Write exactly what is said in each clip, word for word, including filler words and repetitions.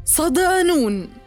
صدانون،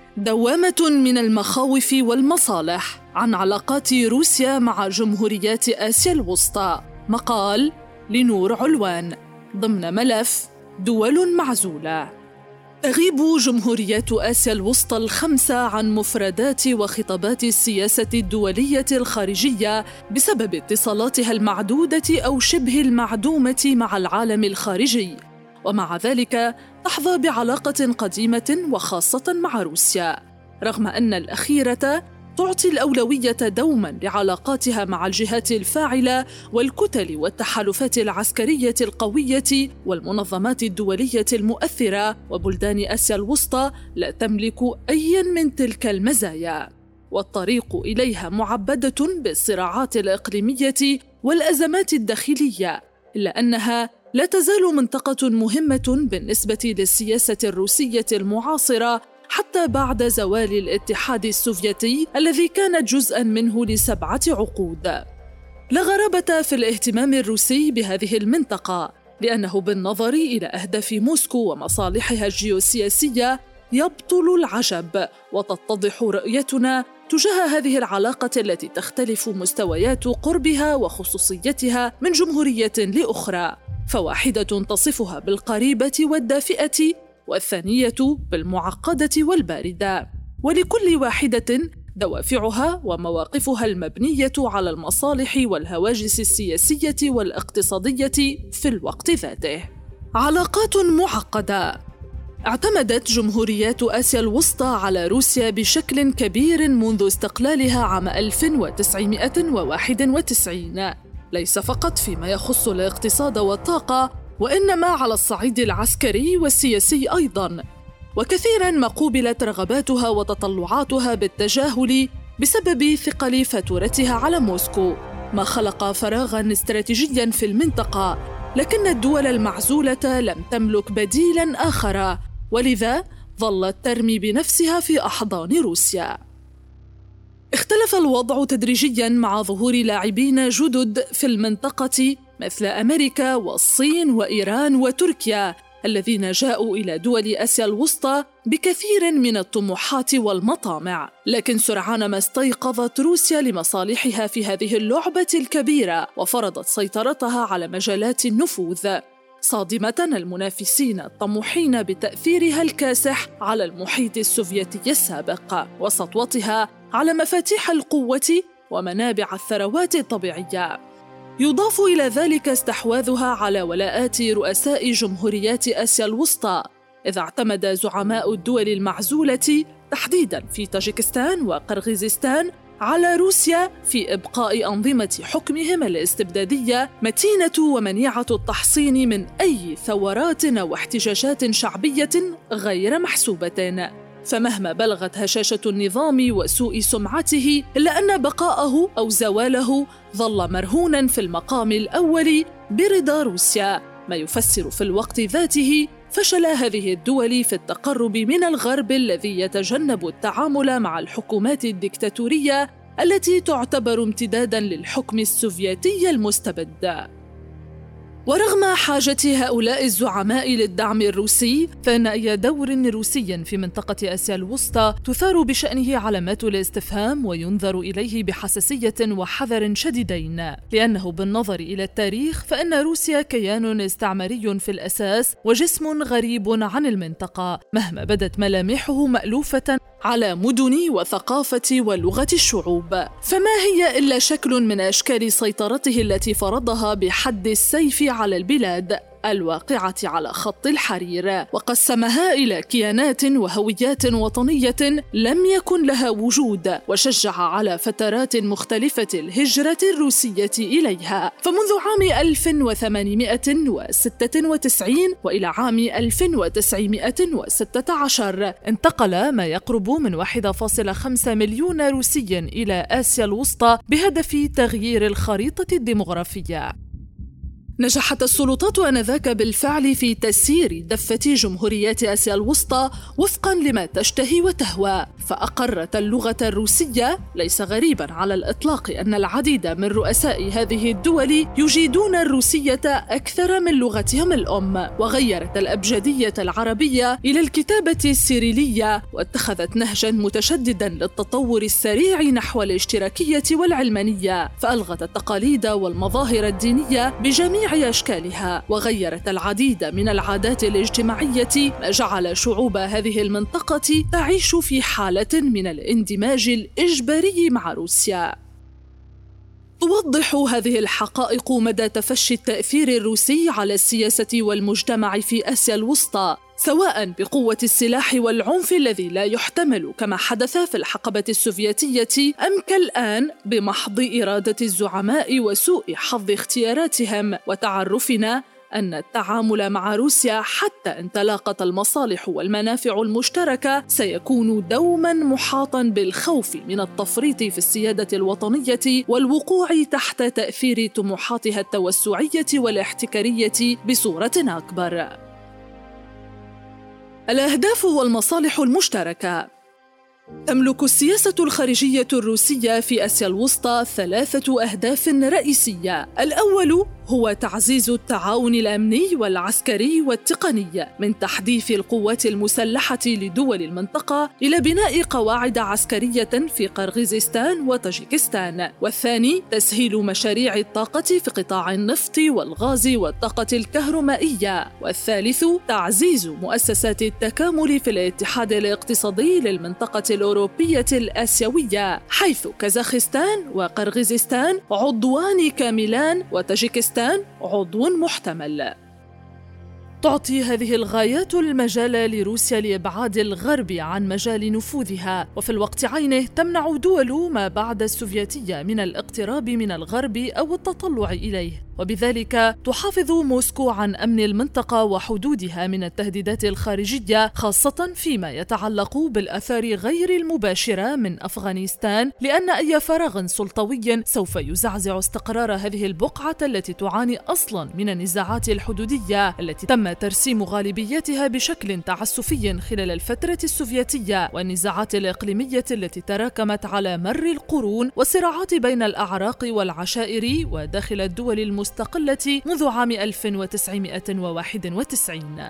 دوامة من المخاوف والمصالح عن علاقات روسيا مع جمهوريات آسيا الوسطى. مقال لنور علوان ضمن ملف دول معزولة. تغيب جمهوريات آسيا الوسطى الخمسة عن مفردات وخطابات السياسة الدولية الخارجية بسبب اتصالاتها المعدودة أو شبه المعدومة مع العالم الخارجي، ومع ذلك تحظى بعلاقة قديمة وخاصة مع روسيا، رغم أن الأخيرة تعطي الأولوية دوماً لعلاقاتها مع الجهات الفاعلة والكتل والتحالفات العسكرية القوية والمنظمات الدولية المؤثرة، وبلدان آسيا الوسطى لا تملك أي من تلك المزايا، والطريق إليها معبدة بالصراعات الإقليمية والأزمات الداخلية، إلا أنها لا تزال منطقة مهمة بالنسبة للسياسة الروسية المعاصرة حتى بعد زوال الاتحاد السوفيتي الذي كانت جزءاً منه لسبعة عقود. لا غرابة في الاهتمام الروسي بهذه المنطقة، لأنه بالنظر إلى أهداف موسكو ومصالحها الجيوسياسية يبطل العجب وتتضح رؤيتنا تجاه هذه العلاقة التي تختلف مستويات قربها وخصوصيتها من جمهورية لأخرى، فواحدة تصفها بالقريبة والدافئة، والثانية بالمعقدة والباردة، ولكل واحدة دوافعها ومواقفها المبنية على المصالح والهواجس السياسية والاقتصادية في الوقت ذاته. علاقات معقدة. اعتمدت جمهوريات آسيا الوسطى على روسيا بشكل كبير منذ استقلالها عام ألف وتسعمائة وواحد وتسعين، ليس فقط فيما يخص الاقتصاد والطاقة، وإنما على الصعيد العسكري والسياسي أيضاً، وكثيراً ما قوبلت رغباتها وتطلعاتها بالتجاهل بسبب ثقل فاتورتها على موسكو، ما خلق فراغاً استراتيجياً في المنطقة، لكن الدول المعزولة لم تملك بديلاً آخر، ولذا ظلت ترمي بنفسها في أحضان روسيا. اختلف الوضع تدريجياً مع ظهور لاعبين جدد في المنطقة مثل أمريكا والصين وإيران وتركيا، الذين جاءوا إلى دول آسيا الوسطى بكثير من الطموحات والمطامع، لكن سرعان ما استيقظت روسيا لمصالحها في هذه اللعبة الكبيرة وفرضت سيطرتها على مجالات النفوذ، صادمة المنافسين الطموحين بتأثيرها الكاسح على المحيط السوفيتي السابق وسطوتها على مفاتيح القوة ومنابع الثروات الطبيعية. يضاف إلى ذلك استحواذها على ولاءات رؤساء جمهوريات آسيا الوسطى، إذا اعتمد زعماء الدول المعزولة تحديداً في طاجيكستان وقرغيزستان على روسيا في إبقاء أنظمة حكمهم الاستبدادية متينة ومنيعة التحصين من أي ثورات واحتجاجات شعبية غير محسوبة. فمهما بلغت هشاشة النظام وسوء سمعته، إلا أن بقاءه أو زواله ظل مرهوناً في المقام الأول برضا روسيا، ما يفسر في الوقت ذاته فشل هذه الدول في التقرب من الغرب الذي يتجنب التعامل مع الحكومات الدكتاتورية التي تعتبر امتداداً للحكم السوفيتي المستبد. ورغم حاجة هؤلاء الزعماء للدعم الروسي، فإن أي دور روسي في منطقة آسيا الوسطى تثار بشأنه علامات الاستفهام وينظر إليه بحساسية وحذر شديدين، لأنه بالنظر إلى التاريخ فإن روسيا كيان استعماري في الأساس وجسم غريب عن المنطقة، مهما بدت ملامحه مألوفة على مدن وثقافة ولغة الشعوب، فما هي إلا شكل من أشكال سيطرته التي فرضها بحد السيف على البلاد الواقعة على خط الحرير، وقسمها إلى كيانات وهويات وطنية لم يكن لها وجود، وشجع على فترات مختلفة الهجرة الروسية إليها، فمنذ عام ألف وثمانمائة وستة وتسعين وإلى عام ألف وتسعمائة وستة عشر انتقل ما يقرب من واحد فاصلة خمسة مليون روسي إلى آسيا الوسطى بهدف تغيير الخريطة الديمغرافية. نجحت السلطات آنذاك بالفعل في تسيير دفة جمهوريات آسيا الوسطى وفقاً لما تشتهي وتهوى، فأقرت اللغة الروسية. ليس غريباً على الإطلاق أن العديد من رؤساء هذه الدول يجيدون الروسية أكثر من لغتهم الأم، وغيرت الأبجدية العربية إلى الكتابة السيريلية، واتخذت نهجاً متشدداً للتطور السريع نحو الاشتراكية والعلمانية، فألغت التقاليد والمظاهر الدينية بجميع أشكالها، وغيرت العديد من العادات الاجتماعية، ما جعل شعوب هذه المنطقة تعيش في حالة من الاندماج الإجباري مع روسيا. توضح هذه الحقائق مدى تفشي التأثير الروسي على السياسة والمجتمع في آسيا الوسطى، سواء بقوة السلاح والعنف الذي لا يحتمل كما حدث في الحقبة السوفيتية، أم كالآن بمحض إرادة الزعماء وسوء حظ اختياراتهم. وتعرفنا أن التعامل مع روسيا حتى إن تلاقت المصالح والمنافع المشتركة سيكون دوماً محاطاً بالخوف من التفريط في السيادة الوطنية والوقوع تحت تأثير طموحاتها التوسعية والاحتكارية بصورة أكبر. الأهداف والمصالح المشتركة. تملك السياسة الخارجية الروسية في آسيا الوسطى ثلاثة أهداف رئيسية. الأول هو تعزيز التعاون الأمني والعسكري والتقني، من تحديث القوات المسلحة لدول المنطقة إلى بناء قواعد عسكرية في قرغيزستان وطاجيكستان. والثاني تسهيل مشاريع الطاقة في قطاع النفط والغاز والطاقة الكهرومائية. والثالث تعزيز مؤسسات التكامل في الاتحاد الاقتصادي للمنطقة الأوروبية الآسيوية، حيث كازاخستان وقرغيزستان عضوان كاملان وطاجيكستان عضو محتمل. تعطي هذه الغايات المجال لروسيا لإبعاد الغرب عن مجال نفوذها، وفي الوقت عينه تمنع دول ما بعد السوفيتية من الاقتراب من الغرب أو التطلع إليه، وبذلك تحافظ موسكو عن أمن المنطقة وحدودها من التهديدات الخارجية، خاصة فيما يتعلق بالآثار غير المباشرة من أفغانستان، لأن أي فراغ سلطوي سوف يزعزع استقرار هذه البقعة التي تعاني أصلا من النزاعات الحدودية التي تم ترسيم غالبيتها بشكل تعسفي خلال الفترة السوفيتية، والنزاعات الإقليمية التي تراكمت على مر القرون، والصراعات بين الأعراق والعشائر وداخل الدول المستقلة مستقلة منذ عام ألف وتسعمائة وواحد وتسعين.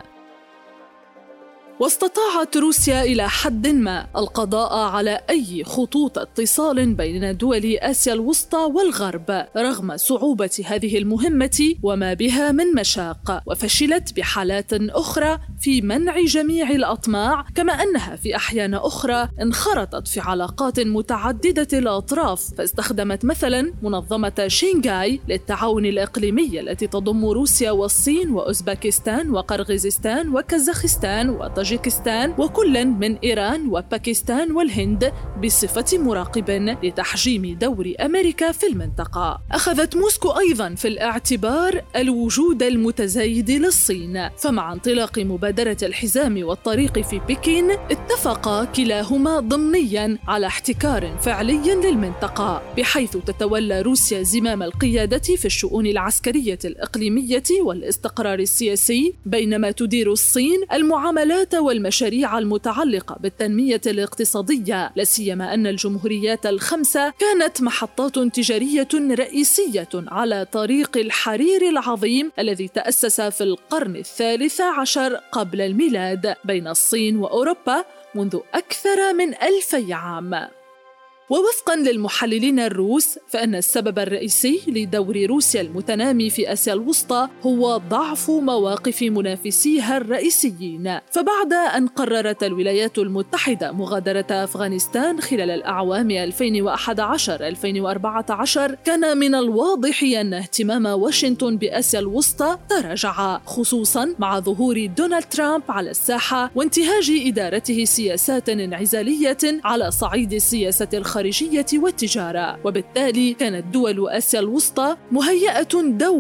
واستطاعت روسيا إلى حد ما القضاء على أي خطوط اتصال بين دول آسيا الوسطى والغرب رغم صعوبة هذه المهمة وما بها من مشاق، وفشلت بحالات أخرى في منع جميع الأطماع، كما أنها في أحيان أخرى انخرطت في علاقات متعددة الأطراف، فاستخدمت مثلا منظمة شنغهاي للتعاون الإقليمي التي تضم روسيا والصين وأوزبكستان وقرغيزستان وكازاخستان وطاجيكستان وكل من إيران وباكستان والهند بصفة مراقب لتحجيم دور أمريكا في المنطقة. أخذت موسكو أيضا في الاعتبار الوجود المتزايد للصين، فمع انطلاق مبادرة الحزام والطريق في بكين اتفقا كلاهما ضمنيا على احتكار فعلي للمنطقة، بحيث تتولى روسيا زمام القيادة في الشؤون العسكرية الإقليمية والاستقرار السياسي، بينما تدير الصين المعاملات والمشاريع المتعلقة بالتنمية الاقتصادية، لا سيما أن الجمهوريات الخمسة كانت محطات تجارية رئيسية على طريق الحرير العظيم الذي تأسس في القرن الثالث عشر قبل الميلاد بين الصين وأوروبا منذ أكثر من ألفي عام. ووفقاً للمحللين الروس فإن السبب الرئيسي لدور روسيا المتنامي في آسيا الوسطى هو ضعف مواقف منافسيها الرئيسيين، فبعد أن قررت الولايات المتحدة مغادرة أفغانستان خلال الأعوام ألفين وأحد عشر ألفين وأربعة عشر، كان من الواضح أن اهتمام واشنطن بآسيا الوسطى تراجع، خصوصاً مع ظهور دونالد ترامب على الساحة وانتهاج إدارته سياسات انعزالية على صعيد السياسة الخارجية الخارجية والتجارة، وبالتالي كانت دول آسيا الوسطى مهيئة دوما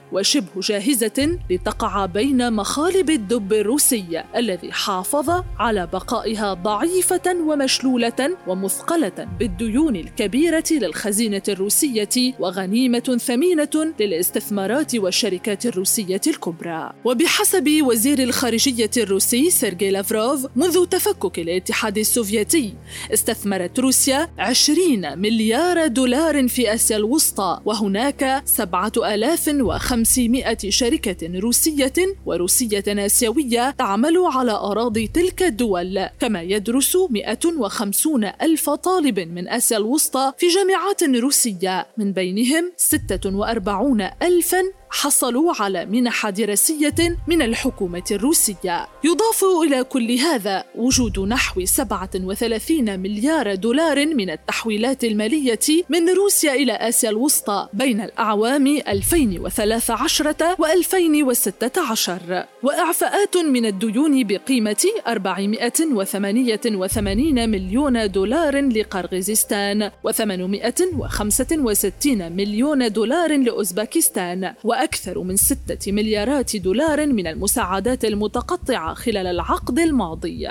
وشبه جاهزة لتقع بين مخالب الدب الروسي الذي حافظ على بقائها ضعيفة ومشلولة ومثقلة بالديون الكبيرة للخزينة الروسية وغنيمة ثمينة للاستثمارات والشركات الروسية الكبرى. وبحسب وزير الخارجية الروسي سيرجي لافروف، منذ تفكك الاتحاد السوفيتي استثمرت روسيا عشرين مليار دولار في آسيا الوسطى، وهناك سبعة آلاف وخمسمائة شركة روسية وروسية آسيوية تعمل على أراضي تلك الدول، كما يدرس مئة وخمسون ألف طالب من آسيا الوسطى في جامعات روسية، من بينهم ستة وأربعون ألفاً حصلوا على منح دراسية من الحكومة الروسية. يضاف إلى كل هذا وجود نحو سبعة وثلاثين مليار دولار من التحويلات المالية من روسيا إلى آسيا الوسطى بين الأعوام ألفين وثلاث عشر وألفين وستة عشر، وإعفاءات من الديون بقيمة أربعمائة وثمانية وثمانين مليون دولار لقرغيزستان وثمانمائة وخمسة وستين مليون دولار لأوزبكستان، وأكثر من ستة مليارات دولار من المساعدات المتقطعة خلال العقد الماضي.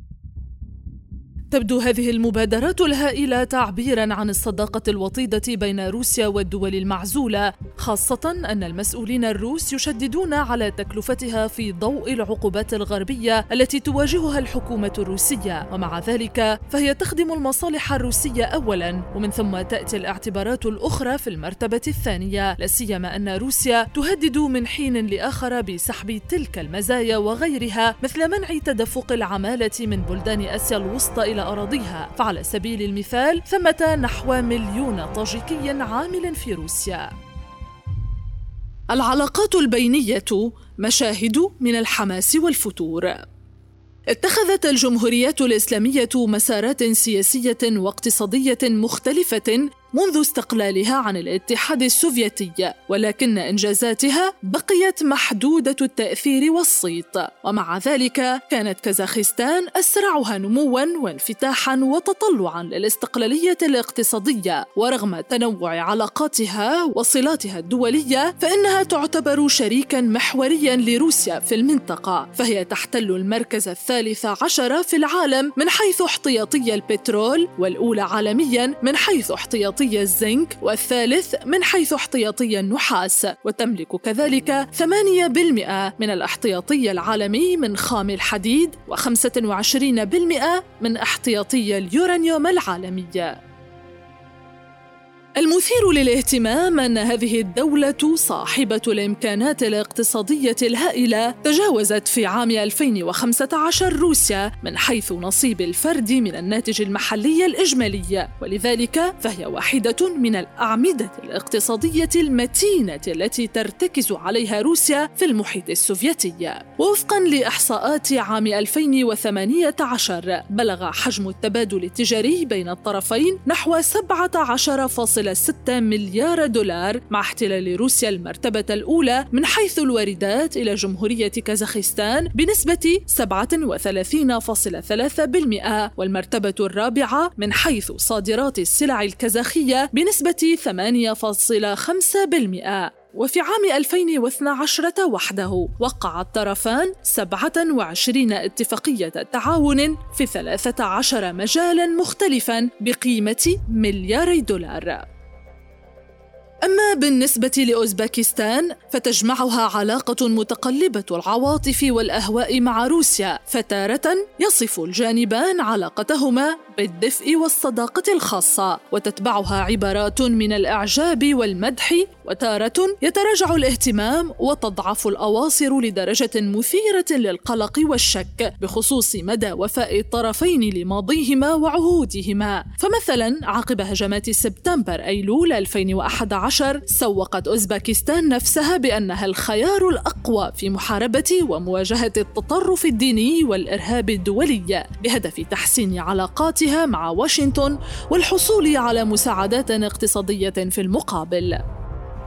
تبدو هذه المبادرات الهائلة تعبيراً عن الصداقة الوطيدة بين روسيا والدول المعزولة، خاصة أن المسؤولين الروس يشددون على تكلفتها في ضوء العقوبات الغربية التي تواجهها الحكومة الروسية، ومع ذلك فهي تخدم المصالح الروسية أولاً، ومن ثم تأتي الاعتبارات الأخرى في المرتبة الثانية، لا سيما أن روسيا تهدد من حين لآخر بسحب تلك المزايا وغيرها، مثل منع تدفق العمالة من بلدان آسيا الوسطى إلى أراضيها. فعلى سبيل المثال ثمة نحو مليون طاجيكي عامل في روسيا. العلاقات البينية مشاهد من الحماس والفتور. اتخذت الجمهوريات الإسلامية مسارات سياسية واقتصادية مختلفة منذ استقلالها عن الاتحاد السوفيتي، ولكن إنجازاتها بقيت محدودة التأثير والصيت، ومع ذلك كانت كازاخستان أسرعها نمواً وانفتاحاً وتطلعاً للاستقلالية الاقتصادية. ورغم تنوع علاقاتها وصلاتها الدولية، فإنها تعتبر شريكاً محورياً لروسيا في المنطقة، فهي تحتل المركز الثالث عشر في العالم من حيث احتياطي البترول، والأولى عالمياً من حيث احتياطي الزنك، والثالث من حيث احتياطي النحاس، وتملك كذلك ثمانية بالمئة من الاحتياطي العالمي من خام الحديد وخمسة وعشرين بالمئة من احتياطي اليورانيوم العالمي. المثير للاهتمام أن هذه الدولة صاحبة الإمكانات الاقتصادية الهائلة تجاوزت في عام ألفين وخمسة عشر روسيا من حيث نصيب الفرد من الناتج المحلي الإجمالي، ولذلك فهي واحدة من الأعمدة الاقتصادية المتينة التي ترتكز عليها روسيا في المحيط السوفيتي. ووفقاً لإحصاءات عام ألفين وثمانية عشر، بلغ حجم التبادل التجاري بين الطرفين نحو سبعة عشر فاصلة ستة مليار دولار، مع احتلال روسيا المرتبة الأولى من حيث الواردات إلى جمهورية كازاخستان بنسبة سبعة وثلاثين فاصلة ثلاثة بالمئة، والمرتبة الرابعة من حيث صادرات السلع الكازاخية بنسبة ثمانية فاصلة خمسة بالمئة. وفي عام ألفين واثني عشر وحده وقع الطرفان سبعة وعشرين اتفاقية تعاون في ثلاثة عشر مجالاً مختلفاً بقيمة ملياري دولار. أما بالنسبة لأوزبكستان فتجمعها علاقة متقلبة العواطف والأهواء مع روسيا، فتارة يصف الجانبان علاقتهما بالدفء والصداقة الخاصة، وتتبعها عبارات من الإعجاب والمدح، وتارة يتراجع الاهتمام وتضعف الأواصر لدرجة مثيرة للقلق والشك بخصوص مدى وفاء الطرفين لماضيهما وعهودهما. فمثلا عقب هجمات سبتمبر أيلول ألفين وأحد عشر سوقت أوزبكستان نفسها بأنها الخيار الأقوى في محاربة ومواجهة التطرف الديني والإرهاب الدولي، بهدف تحسين علاقاتها مع واشنطن والحصول على مساعدات اقتصادية في المقابل.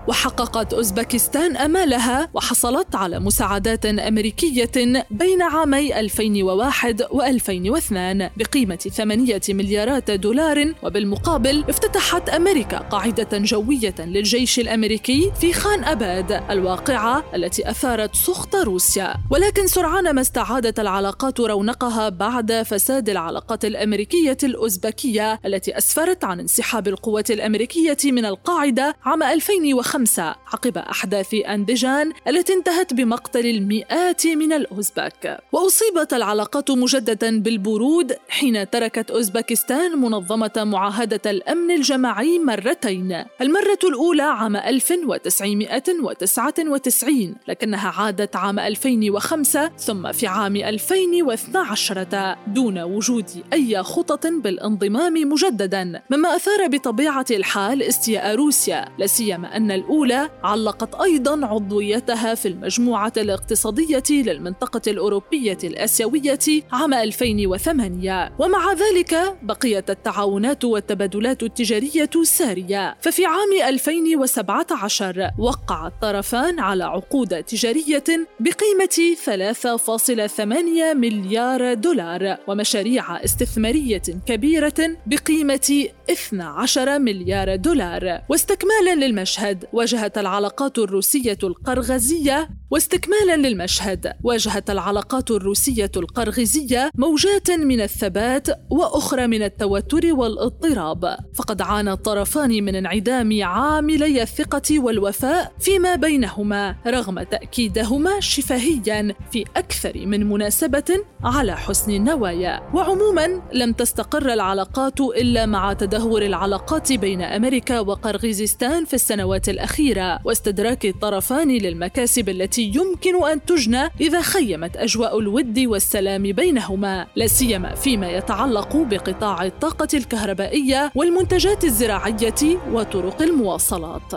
وحققت أوزبكستان آمالها وحصلت على مساعدات أمريكية بين عامي ألفين وواحد وألفين واثنين بقيمة ثمانية مليارات دولار، وبالمقابل افتتحت أمريكا قاعدة جوية للجيش الأمريكي في خان أباد الواقعة التي أثارت سخط روسيا. ولكن سرعان ما استعادت العلاقات رونقها بعد فساد العلاقات الأمريكية الأوزبكية التي أسفرت عن انسحاب القوات الأمريكية من القاعدة عام ألفين وخمسة عقب أحداث أنديجان التي انتهت بمقتل المئات من الأوزبك. وأصيبت العلاقات مجددا بالبرود حين تركت أوزبكستان منظمة معاهدة الأمن الجماعي مرتين، المرة الأولى عام ألف وتسعمائة وتسعة وتسعين، لكنها عادت عام ألفين وخمسة ثم في عام ألفين واثني عشر دون وجود أي خطط بالانضمام مجددا، مما أثار بطبيعة الحال استياء روسيا، لا سيما أن الأولى علقت أيضا عضويتها في المجموعة الاقتصادية للمنطقة الأوروبية الآسيوية عام ألفين وثمانية. ومع ذلك بقيت التعاونات والتبادلات التجارية سارية، ففي عام ألفين وسبعة عشر وقع الطرفان على عقود تجارية بقيمة ثلاثة فاصلة ثمانية مليار دولار ومشاريع استثمارية كبيرة بقيمة اثني عشر مليار دولار. واستكمالا للمشهد واجهت العلاقات الروسية القرغيزية واستكمالا للمشهد واجهت العلاقات الروسية القرغيزية موجات من الثبات وأخرى من التوتر والاضطراب، فقد عانى الطرفان من انعدام عاملي الثقة والوفاء فيما بينهما رغم تأكيدهما شفهيا في أكثر من مناسبة على حسن النوايا. وعموما لم تستقر العلاقات إلا مع تدهور العلاقات بين أمريكا وقرغيزستان في السنوات الأخيرة واستدراك الطرفان للمكاسب التي يمكن أن تجنى إذا خيمت أجواء الود والسلام بينهما، لا سيما فيما يتعلق بقطاع الطاقة الكهربائية والمنتجات الزراعية وطرق المواصلات.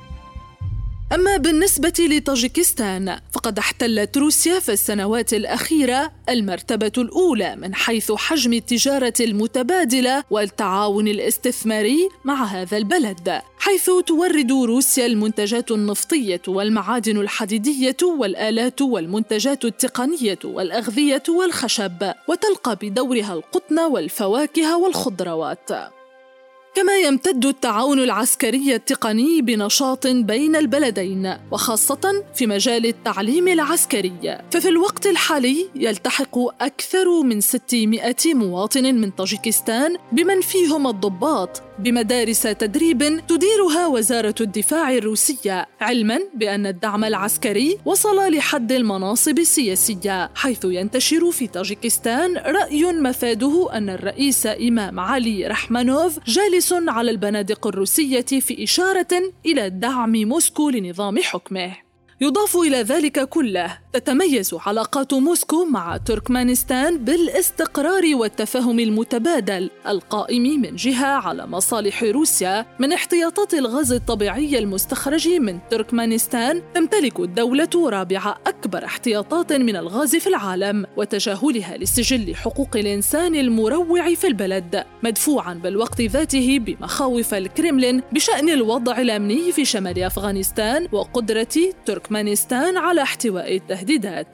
أما بالنسبة لطاجيكستان فقد احتلت روسيا في السنوات الأخيرة المرتبة الأولى من حيث حجم التجارة المتبادلة والتعاون الاستثماري مع هذا البلد، حيث تورد روسيا المنتجات النفطية والمعادن الحديدية والآلات والمنتجات التقنية والأغذية والخشب، وتلقى بدورها القطن والفواكه والخضروات. كما يمتد التعاون العسكري التقني بنشاط بين البلدين، وخاصة في مجال التعليم العسكري، ففي الوقت الحالي يلتحق أكثر من ستمائة مواطن من طاجيكستان بمن فيهم الضباط بمدارس تدريب تديرها وزارة الدفاع الروسية، علما بأن الدعم العسكري وصل لحد المناصب السياسية، حيث ينتشر في طاجيكستان رأي مفاده أن الرئيس إمام علي رحمانوف جالس على البنادق الروسية في إشارة إلى دعم موسكو لنظام حكمه. يضاف إلى ذلك كله تتميز علاقات موسكو مع تركمانستان بالاستقرار والتفاهم المتبادل القائم من جهة على مصالح روسيا من احتياطات الغاز الطبيعي المستخرج من تركمانستان. تمتلك الدولة رابع أكبر احتياطات من الغاز في العالم، وتجاهلها لسجل حقوق الإنسان المروع في البلد مدفوعا بالوقت ذاته بمخاوف الكرملين بشأن الوضع الأمني في شمال أفغانستان وقدرة تركمانستان على احتواء التهديدات.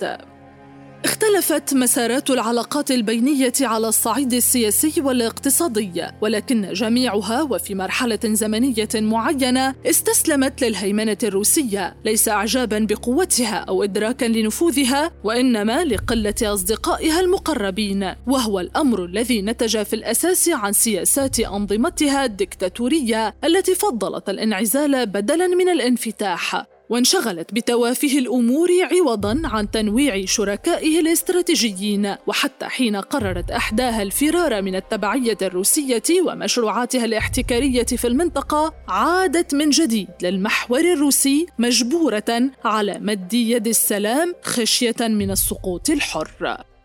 اختلفت مسارات العلاقات البينية على الصعيد السياسي والاقتصادي، ولكن جميعها وفي مرحلة زمنية معينة استسلمت للهيمنة الروسية، ليس إعجاباً بقوتها أو إدراكاً لنفوذها، وإنما لقلة أصدقائها المقربين، وهو الأمر الذي نتج في الأساس عن سياسات أنظمتها الدكتاتورية التي فضلت الانعزال بدلاً من الانفتاح، وانشغلت بتوافه الأمور عوضاً عن تنويع شركائه الاستراتيجيين، وحتى حين قررت إحداها الفرار من التبعية الروسية ومشروعاتها الاحتكارية في المنطقة عادت من جديد للمحور الروسي مجبورة على مد يد السلام خشية من السقوط الحر.